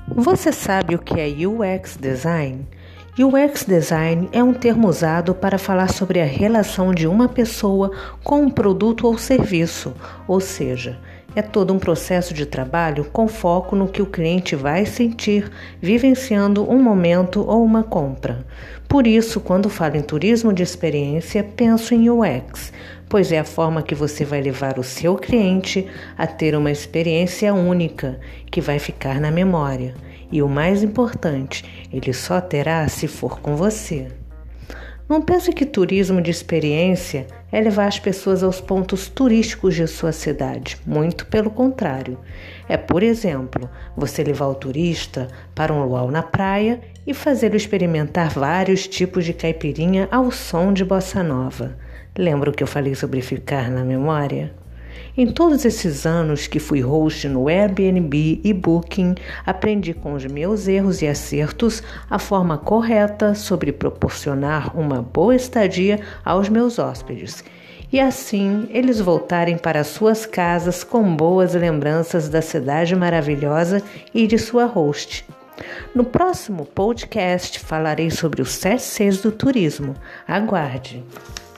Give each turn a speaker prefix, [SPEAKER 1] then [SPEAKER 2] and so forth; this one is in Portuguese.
[SPEAKER 1] Você sabe o que é UX Design? UX Design é um termo usado para falar sobre a relação de uma pessoa com um produto ou serviço, ou seja, é todo um processo de trabalho com foco no que o cliente vai sentir vivenciando um momento ou uma compra. Por isso, quando falo em turismo de experiência, penso em UX, pois é a forma que você vai levar o seu cliente a ter uma experiência única, que vai ficar na memória. E o mais importante, ele só terá se for com você. Não pense que turismo de experiência é levar as pessoas aos pontos turísticos de sua cidade. Muito pelo contrário. É, por exemplo, você levar o turista para um luau na praia e fazê-lo experimentar vários tipos de caipirinha ao som de bossa nova. Lembra o que eu falei sobre ficar na memória? Em todos esses anos que fui host no Airbnb e Booking, aprendi com os meus erros e acertos a forma correta sobre proporcionar uma boa estadia aos meus hóspedes. E assim, eles voltarem para suas casas com boas lembranças da cidade maravilhosa e de sua host. No próximo podcast falarei sobre os 7 Cs do turismo. Aguarde!